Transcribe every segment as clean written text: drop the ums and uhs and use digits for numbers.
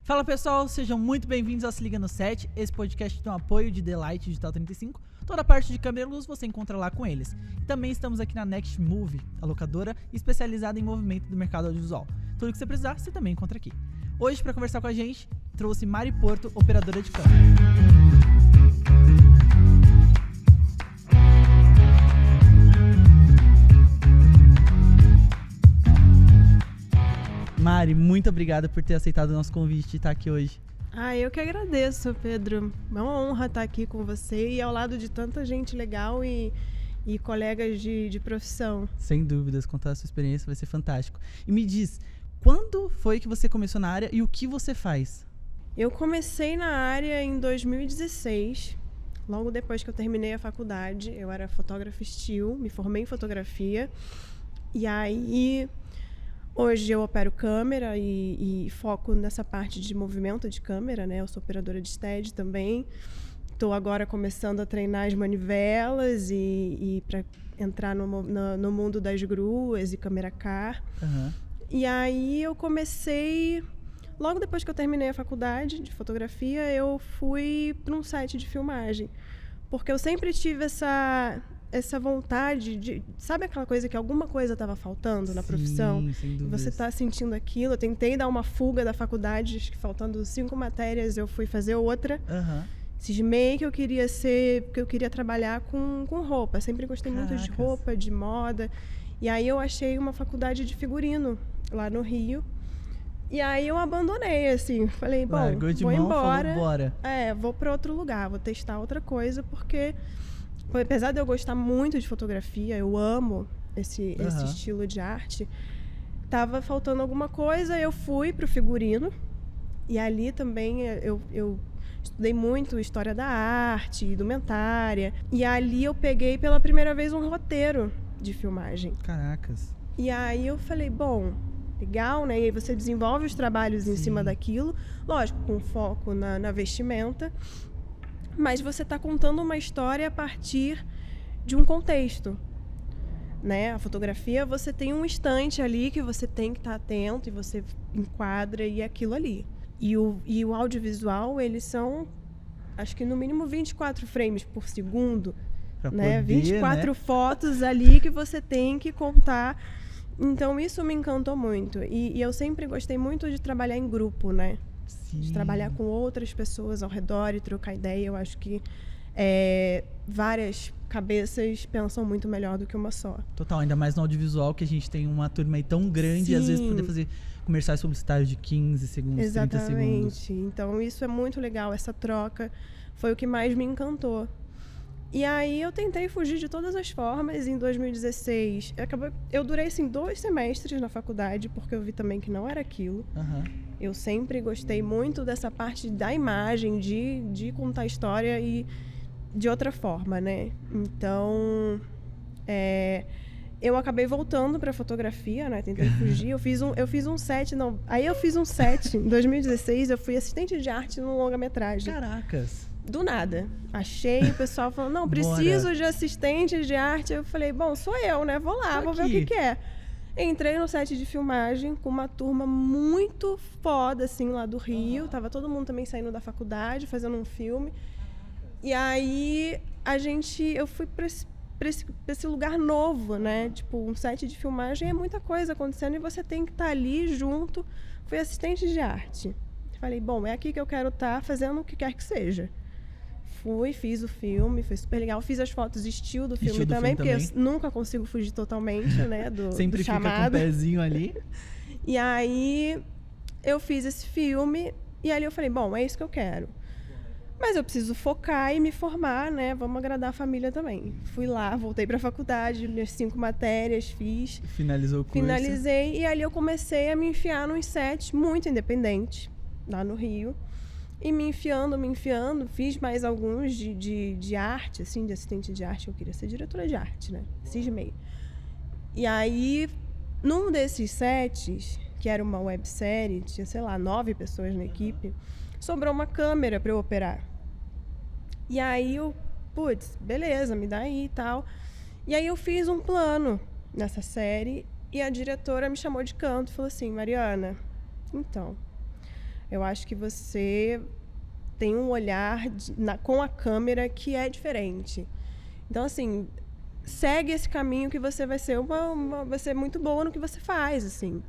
Fala pessoal, sejam muito bem-vindos ao Se Liga no Set. Esse podcast tem um apoio de The Light Digital 35. Toda a parte de câmera e luz você encontra lá com eles. E também estamos aqui na Next Movie, a locadora especializada em movimento do mercado audiovisual. Tudo que você precisar, você também encontra aqui. Hoje, para conversar com a gente, trouxe Mari Porto, operadora de câmera. Mari, muito obrigada por ter aceitado o nosso convite de estar aqui hoje. Eu que agradeço, Pedro. É uma honra estar aqui com você e ao lado de tanta gente legal e colegas de profissão. Sem dúvidas, contar a sua experiência vai ser fantástico. E me diz, quando foi que você começou na área e o que você faz? Eu comecei na área em 2016, logo depois que eu terminei a faculdade. Eu era fotógrafa still, me formei em fotografia. E aí, hoje eu opero câmera e foco nessa parte de movimento de câmera, né? Eu sou operadora de steady também. Estou agora começando a treinar as manivelas e para entrar no mundo das gruas e câmera car. Uhum. E aí eu comecei, logo depois que eu terminei a faculdade de fotografia, eu fui para um site de filmagem. Porque eu sempre tive essa vontade de... Sabe aquela coisa que alguma coisa estava faltando na profissão? Sem dúvida. Você está sentindo aquilo. Eu tentei dar uma fuga da faculdade, acho que faltando 5 matérias, eu fui fazer outra. Uhum. Cismei que eu queria trabalhar com roupa. Sempre gostei muito de roupa, de moda. E aí eu achei uma faculdade de figurino lá no Rio. E aí eu abandonei, assim. Falei, bom, vou embora. Falou, bora. Vou para outro lugar, vou testar outra coisa, porque apesar de eu gostar muito de fotografia, eu amo esse estilo de arte, tava faltando alguma coisa, eu fui pro figurino. E ali também eu estudei muito história da arte, indumentária. E ali eu peguei pela primeira vez um roteiro de filmagem. Caracas. E aí eu falei, bom, legal, né? E aí você desenvolve os trabalhos em cima daquilo, lógico, com foco na vestimenta, mas você está contando uma história a partir de um contexto, né? A fotografia, você tem um instante ali que você tem que estar atento e você enquadra e é aquilo ali. E o audiovisual, eles são, acho que no mínimo 24 frames por segundo, né? 24 fotos ali que você tem que contar. Então, isso me encantou muito. E eu sempre gostei muito de trabalhar em grupo, né? Sim. De trabalhar com outras pessoas ao redor e trocar ideia. Eu acho que várias cabeças pensam muito melhor do que uma só. Total, ainda mais no audiovisual, que a gente tem uma turma aí tão grande. E às vezes poder fazer comerciais publicitários de 15 segundos, Exatamente. 30 segundos. Então, isso é muito legal. Essa troca foi o que mais me encantou. E aí eu tentei fugir de todas as formas. Em 2016, eu durei assim 2 semestres na faculdade, porque eu vi também que não era aquilo. Uhum. Eu sempre gostei muito dessa parte da imagem, de contar a história e de outra forma, né? Então, eu acabei voltando para fotografia, né? Tentei fugir. Eu fiz um set, não. Aí eu fiz um set. Em 2016, eu fui assistente de arte num longa-metragem. Caracas. Do nada. Achei, o pessoal falou, não, preciso de assistente de arte. Eu falei, bom, sou eu, né? Vou lá, vou ver o que é. Entrei no set de filmagem com uma turma muito foda, assim, lá do Rio. Tava todo mundo também saindo da faculdade, fazendo um filme. E aí, eu fui pra esse lugar novo, né? Tipo, um set de filmagem é muita coisa acontecendo e você tem que estar ali junto. Fui assistente de arte. Falei, bom, é aqui que eu quero estar fazendo o que quer que seja. Fui, fiz o filme, foi super legal. Fiz as fotos estilo do filme também, porque eu nunca consigo fugir totalmente, né, do Sempre chamado. Fica com o pezinho ali. E aí, eu fiz esse filme e ali eu falei, bom, é isso que eu quero. Mas eu preciso focar e me formar, né, vamos agradar a família também. Fui lá, voltei para a faculdade, minhas 5 matérias, fiz. Finalizou o curso. Finalizei e ali eu comecei a me enfiar num set muito independente, lá no Rio. E me enfiando, fiz mais alguns de arte, assim, de assistente de arte. Eu queria ser diretora de arte, né? Cismei. E aí, num desses sets, que era uma websérie, tinha, sei lá, 9 pessoas na equipe, sobrou uma câmera para eu operar. E aí eu, beleza, me dá aí e tal. E aí eu fiz um plano nessa série e a diretora me chamou de canto e falou assim, Mariana, então, Eu acho que você tem um olhar com a câmera que é diferente. Então, assim, segue esse caminho que você vai ser vai ser muito boa no que você faz, assim.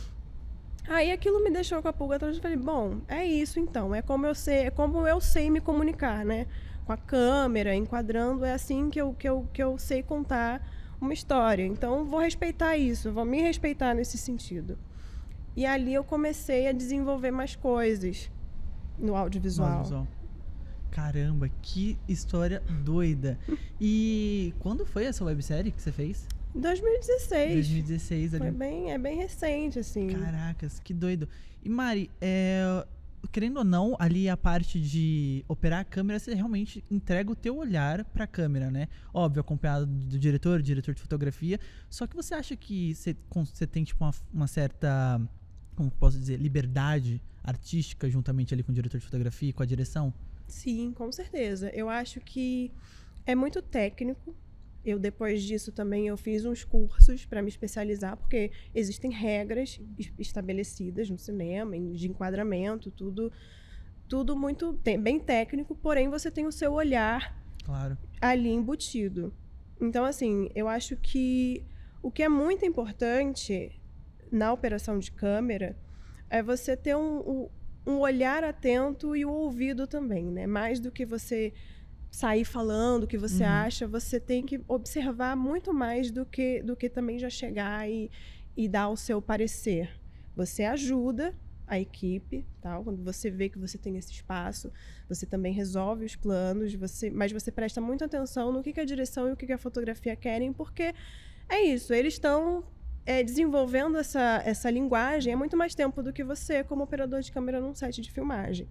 Aí aquilo me deixou com a pulga atrás. Eu falei, bom, é isso então. É como eu sei me comunicar, né? Com a câmera, enquadrando, é assim que eu sei contar uma história. Então, vou respeitar isso, vou me respeitar nesse sentido. E ali eu comecei a desenvolver mais coisas no audiovisual. Caramba, que história doida. E quando foi essa websérie que você fez? 2016. 2016 ali. É bem recente, assim. Caracas, que doido. E Mari, querendo ou não, ali a parte de operar a câmera, você realmente entrega o teu olhar pra câmera, né? Óbvio, acompanhado do diretor de fotografia. Só que você acha que você tem, tipo, uma certa, como posso dizer, liberdade artística juntamente ali com o diretor de fotografia e com a direção? Sim, com certeza. Eu acho que é muito técnico. Depois disso também eu fiz uns cursos para me especializar, porque existem regras estabelecidas no cinema, de enquadramento, tudo muito bem técnico, porém você tem o seu olhar ali embutido. Então, assim, eu acho que o que é muito importante na operação de câmera é você ter um olhar atento e o ouvido também, né? Mais do que você sair falando o que você acha, você tem que observar muito mais do que também já chegar e dar o seu parecer. Você ajuda a equipe, tal, quando você vê que você tem esse espaço, você também resolve os planos, mas você presta muita atenção no que a direção e o que a fotografia querem, porque é isso, eles estão desenvolvendo essa linguagem há muito mais tempo do que você como operador de câmera num set de filmagem.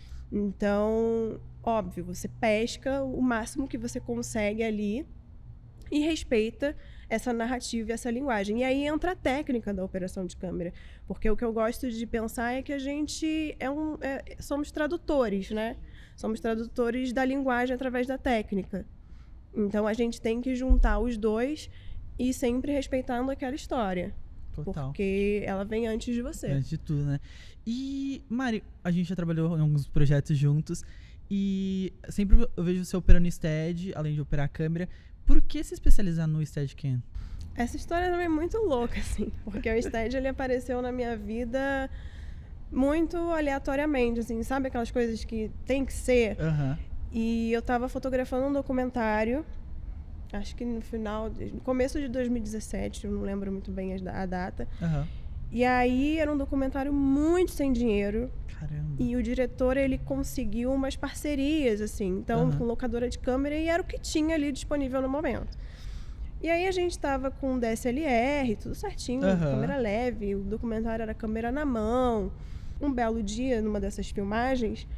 Então, óbvio, você pesca o máximo que você consegue ali e respeita essa narrativa e essa linguagem. E aí entra a técnica da operação de câmera, porque o que eu gosto de pensar é que a gente somos tradutores, né? Somos tradutores da linguagem através da técnica. Então, a gente tem que juntar os dois e sempre respeitando aquela história. Total. Porque ela vem antes de você. Antes de tudo, né? E, Mari, a gente já trabalhou em alguns projetos juntos e sempre eu vejo você operando stead, além de operar a câmera. Por que se especializar no Steadicam? Essa história também é muito louca, assim, porque o stead ele apareceu na minha vida muito aleatoriamente, assim, sabe aquelas coisas que tem que ser? E eu tava fotografando um documentário, acho que no começo de 2017, eu não lembro muito bem a data. E aí era um documentário muito sem dinheiro. Caramba. E o diretor, ele conseguiu umas parcerias, assim, então, com locadora de câmera, e era o que tinha ali disponível no momento. E aí a gente tava com DSLR, tudo certinho, câmera leve, o documentário era câmera na mão. Um belo dia, numa dessas filmagens,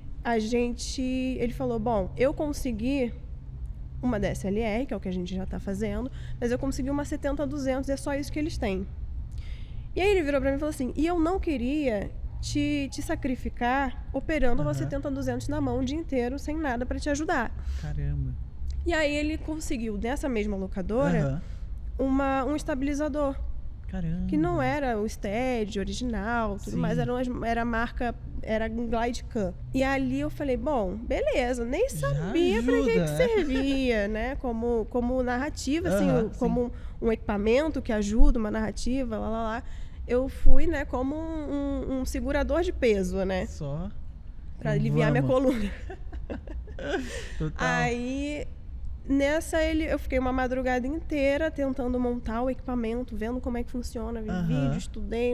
ele falou, bom, eu consegui uma DSLR, que é o que a gente já tá fazendo, mas eu consegui uma 70-200 e é só isso que eles têm. E aí ele virou pra mim e falou assim, e eu não queria te sacrificar operando uma 70-200 na mão o dia inteiro, sem nada pra te ajudar. Caramba. E aí ele conseguiu, nessa mesma locadora, um estabilizador. Caramba. Que não era o Stead original, tudo mais, era a marca, era um Glidecam. E ali eu falei, bom, beleza, nem sabia pra que servia, né? Como narrativa, assim, como um equipamento que ajuda uma narrativa, lá. Eu fui, né, como um segurador de peso, né? Só. Pra aliviar minha coluna. Total. Aí, nessa, eu fiquei uma madrugada inteira tentando montar o equipamento, vendo como é que funciona, vi vídeo, estudei,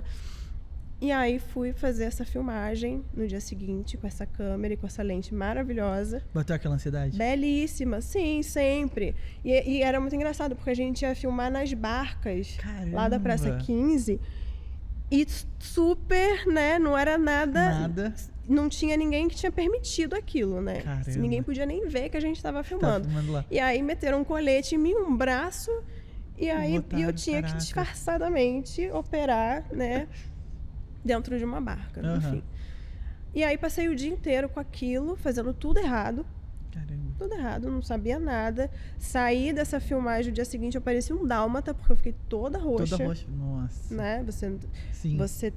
E aí fui fazer essa filmagem no dia seguinte com essa câmera e com essa lente maravilhosa. Bateu aquela ansiedade? Belíssima, sim, sempre. E era muito engraçado, porque a gente ia filmar nas barcas. Caramba. Lá da Praça 15. E super, né, não era nada. Não tinha ninguém que tinha permitido aquilo, né? Caramba. Ninguém podia nem ver que a gente estava filmando. Tá filmando lá. E aí meteram um colete em mim, um braço, e aí eu tinha que disfarçadamente operar, né? Dentro de uma barca, enfim. E aí passei o dia inteiro com aquilo, fazendo tudo errado. Caramba. Tudo errado, não sabia nada. Saí dessa filmagem, no dia seguinte eu parecia um dálmata, porque eu fiquei toda roxa. Toda roxa, nossa. Né? Você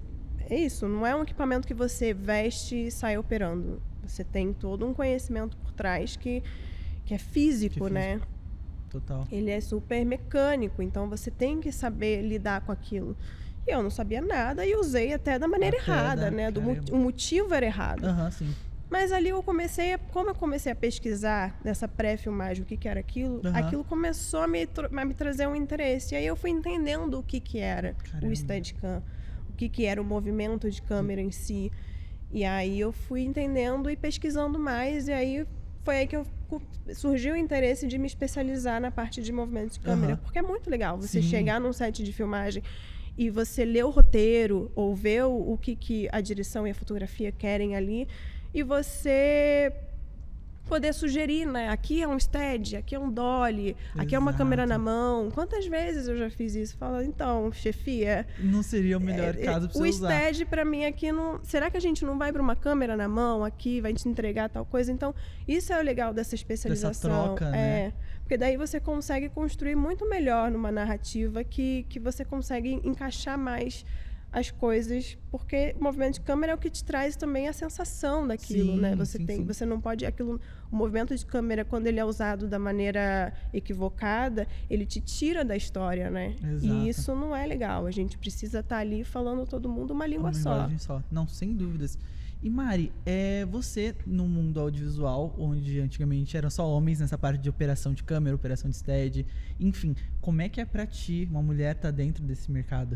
é isso, não é um equipamento que você veste e sai operando. Você tem todo um conhecimento por trás que é físico, né? Total. Ele é super mecânico, então você tem que saber lidar com aquilo. E eu não sabia nada e usei até da maneira errada, né? O motivo era errado. Sim. Mas ali como eu comecei a pesquisar nessa pré-filmagem o que era aquilo, aquilo começou a me trazer um interesse. E aí eu fui entendendo o que era o Steadicam, o que era o movimento de câmera em si. E aí eu fui entendendo e pesquisando mais, e aí foi aí que surgiu o interesse de me especializar na parte de movimento de câmera, porque é muito legal você chegar num set de filmagem e você ler o roteiro ou ver o que a direção e a fotografia querem ali, e você poder sugerir, né? Aqui é um stead, aqui é um dolly, aqui é uma câmera na mão. Quantas vezes eu já fiz isso? Fala, então, chefia... Não seria o melhor caso pra você usar. O stead, pra mim, aqui não... Será que a gente não vai pra uma câmera na mão aqui, vai te entregar tal coisa? Então, isso é o legal dessa especialização. Dessa troca, né? Porque daí você consegue construir muito melhor numa narrativa que você consegue encaixar mais as coisas, porque o movimento de câmera é o que te traz também a sensação daquilo, né? Você não pode o movimento de câmera, quando ele é usado da maneira equivocada, ele te tira da história, né? Exato. E isso não é legal. A gente precisa estar ali falando todo mundo uma língua só. Não, sem dúvidas. E Mari, você no mundo audiovisual, onde antigamente eram só homens nessa parte de operação de câmera, operação de stead, enfim, como é que é pra ti, uma mulher, tá dentro desse mercado?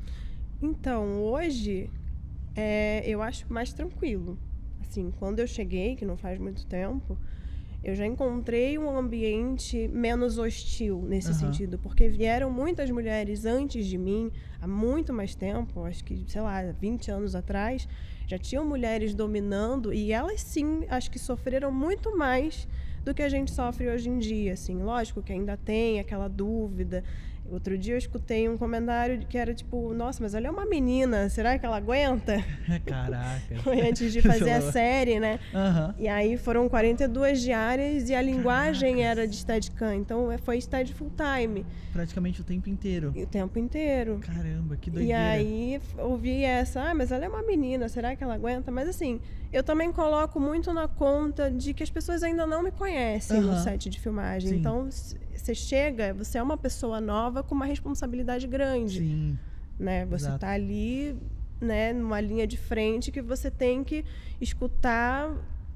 Então, hoje, eu acho mais tranquilo. Assim, quando eu cheguei, que não faz muito tempo, eu já encontrei um ambiente menos hostil nesse sentido, porque vieram muitas mulheres antes de mim, há muito mais tempo, acho que, sei lá, 20 anos atrás, já tinham mulheres dominando, e elas sim, acho que sofreram muito mais do que a gente sofre hoje em dia, assim. Lógico que ainda tem aquela dúvida. Outro dia eu escutei um comentário que era tipo, nossa, mas ela é uma menina, será que ela aguenta? Caraca. Foi antes de fazer a série, né? E aí foram 42 diárias e a linguagem era de Steadicam, então foi stead full time. Praticamente o tempo inteiro. O tempo inteiro. Caramba, que doideira. E aí ouvi essa, mas ela é uma menina, será que ela aguenta? Mas assim, eu também coloco muito na conta de que as pessoas ainda não me conhecem no set de filmagem. Sim. Então, você é uma pessoa nova com uma responsabilidade grande. Sim. Né? Você está ali, né, numa linha de frente que você tem que escutar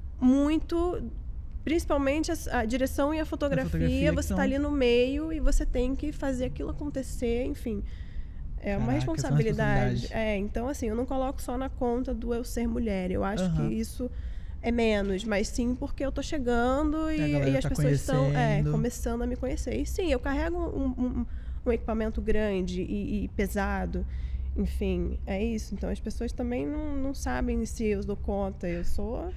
muito, principalmente a direção e a fotografia você está ali no meio e você tem que fazer aquilo acontecer, enfim. É uma responsabilidade. Então, assim, eu não coloco só na conta do eu ser mulher. Eu acho que isso é menos, mas sim porque eu tô chegando e as pessoas estão começando a me conhecer. E sim, eu carrego um equipamento grande e pesado. Enfim, é isso. Então as pessoas também não sabem se eu dou conta. Eu sou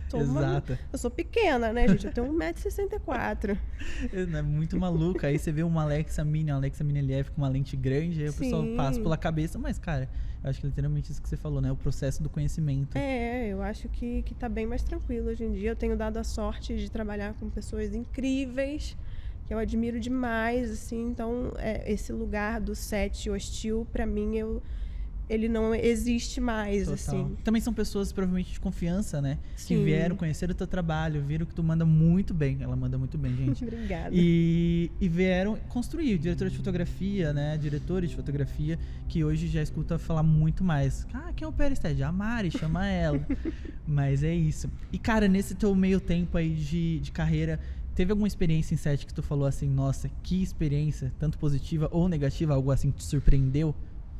pequena, né, gente? Eu tenho 1,64 m. É muito maluca. Aí você vê uma Alexa Mini LF com uma lente grande, aí o pessoal passa pela cabeça. Mas, cara, eu acho que literalmente isso que você falou, né? O processo do conhecimento. Eu acho que tá bem mais tranquilo hoje em dia. Eu tenho dado a sorte de trabalhar com pessoas incríveis, que eu admiro demais, assim. Então, esse lugar do set hostil, pra mim, ele não existe mais, assim. Também são pessoas provavelmente de confiança, né? Sim. Que vieram conhecer o teu trabalho, viram que tu manda muito bem. Ela manda muito bem, gente. Obrigada. E vieram construir. Diretora de fotografia, né? Diretores de fotografia, que hoje já escuta falar muito mais. Quem opera stead? A Mari, chama ela. Mas é isso. E, cara, nesse teu meio tempo aí de carreira, teve alguma experiência em set que tu falou assim, nossa, que experiência, tanto positiva ou negativa, algo assim que te surpreendeu?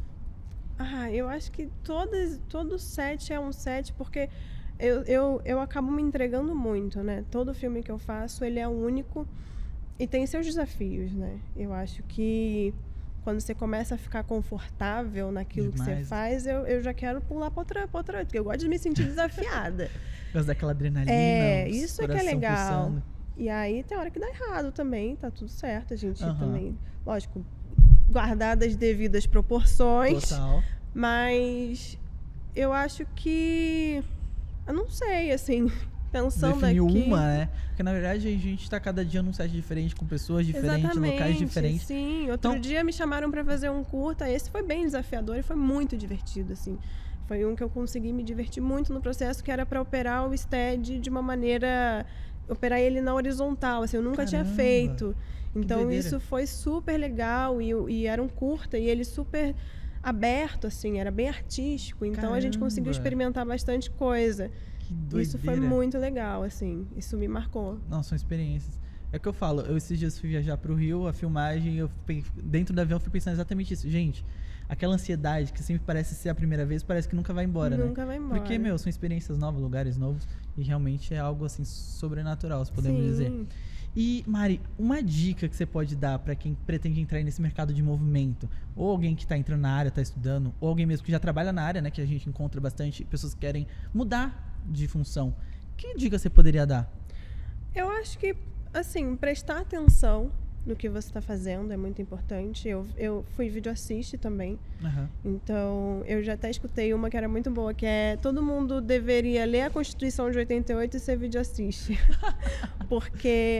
Eu acho que todo set é um set, porque eu acabo me entregando muito, né? Todo filme que eu faço, ele é único e tem seus desafios, né? Eu acho que quando você começa a ficar confortável naquilo que você faz, eu já quero pular para outra, porque eu gosto de me sentir desafiada. Gosto daquela adrenalina. Isso é que é legal. Pulsando. E aí tem hora que dá errado também, tá tudo certo. A gente também, lógico, guardadas as devidas proporções. Total. Mas eu acho que... Eu não sei, assim, pensando definiu aqui... uma, né? Porque, na verdade, a gente tá cada dia num set diferente, com pessoas diferentes, exatamente, locais diferentes. Sim, outro dia me chamaram pra fazer um curta. Esse foi bem desafiador e foi muito divertido, assim. Foi um que eu consegui me divertir muito no processo, que era para operar o stead de uma maneira... Operar ele na horizontal, assim, eu nunca tinha feito. Então, isso foi super legal e era um curta e ele super aberto, assim, era bem artístico. Então, a gente conseguiu experimentar bastante coisa. Que doideira. Isso foi muito legal, assim, isso me marcou. Nossa, são experiências. É o que eu falo, eu esses dias fui viajar pro Rio, a filmagem, dentro do avião eu fui pensando exatamente isso. Gente, aquela ansiedade que sempre parece ser a primeira vez, parece que nunca vai embora, né? Nunca vai embora. Porque, são experiências novas, lugares novos, e realmente é algo, assim, sobrenatural, se podemos dizer. E, Mari, uma dica que você pode dar para quem pretende entrar nesse mercado de movimento, ou alguém que está entrando na área, está estudando, ou alguém mesmo que já trabalha na área, né, que a gente encontra bastante pessoas que querem mudar de função. Que dica você poderia dar? Eu acho que, assim, prestar atenção no que você está fazendo é muito importante. Eu fui videoassiste também. Então, eu já até escutei uma que era muito boa, que é: todo mundo deveria ler a Constituição de 88 e ser videoassiste. Porque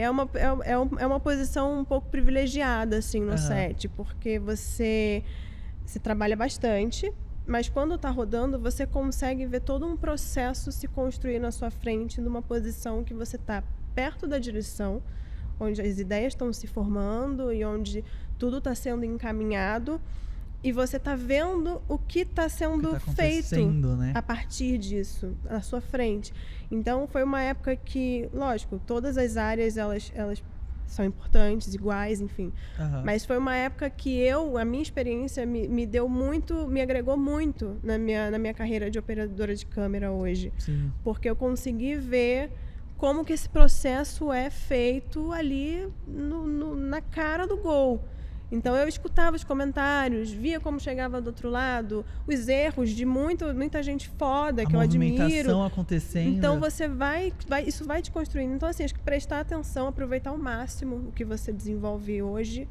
é uma posição um pouco privilegiada, assim, no set. Porque você trabalha bastante, mas quando está rodando, você consegue ver todo um processo se construir na sua frente, numa posição que você está perto da direção, onde as ideias estão se formando e onde tudo está sendo encaminhado, e você está vendo o que está sendo feito, né, a partir disso, na sua frente. Então, foi uma época que, lógico, todas as áreas elas são importantes, iguais, enfim. Mas foi uma época que a minha experiência me deu muito, me agregou muito na minha carreira de operadora de câmera hoje. Sim. Porque eu consegui ver como que esse processo é feito ali na cara do gol. Então, eu escutava os comentários, via como chegava do outro lado, os erros de muita gente foda, que eu admiro. A movimentação acontecendo. Então, isso vai te construindo. Então, assim, acho que prestar atenção, aproveitar ao máximo o que você desenvolve hoje.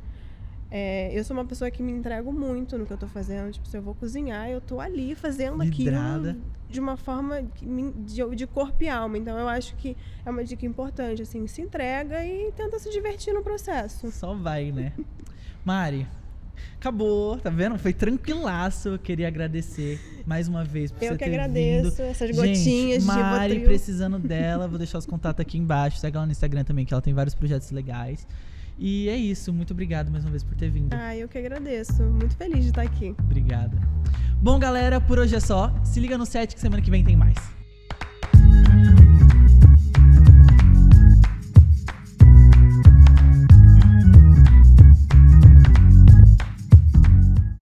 Eu sou uma pessoa que me entrego muito no que eu tô fazendo. Tipo, se eu vou cozinhar, eu tô ali fazendo aquilo de uma forma de corpo e alma. Então, eu acho que é uma dica importante, assim, se entrega e tenta se divertir no processo. Só vai, né? Mari, acabou, tá vendo? Foi tranquilaço. Eu queria agradecer mais uma vez por você ter vindo. Eu que agradeço, essas gotinhas de Mari, precisando dela, vou deixar os contatos aqui embaixo. Segue ela no Instagram também, que ela tem vários projetos legais. E é isso, muito obrigado mais uma vez por ter vindo. Eu que agradeço, muito feliz de estar aqui. Obrigado. Bom, galera, por hoje é só. Se liga no set que semana que vem tem mais.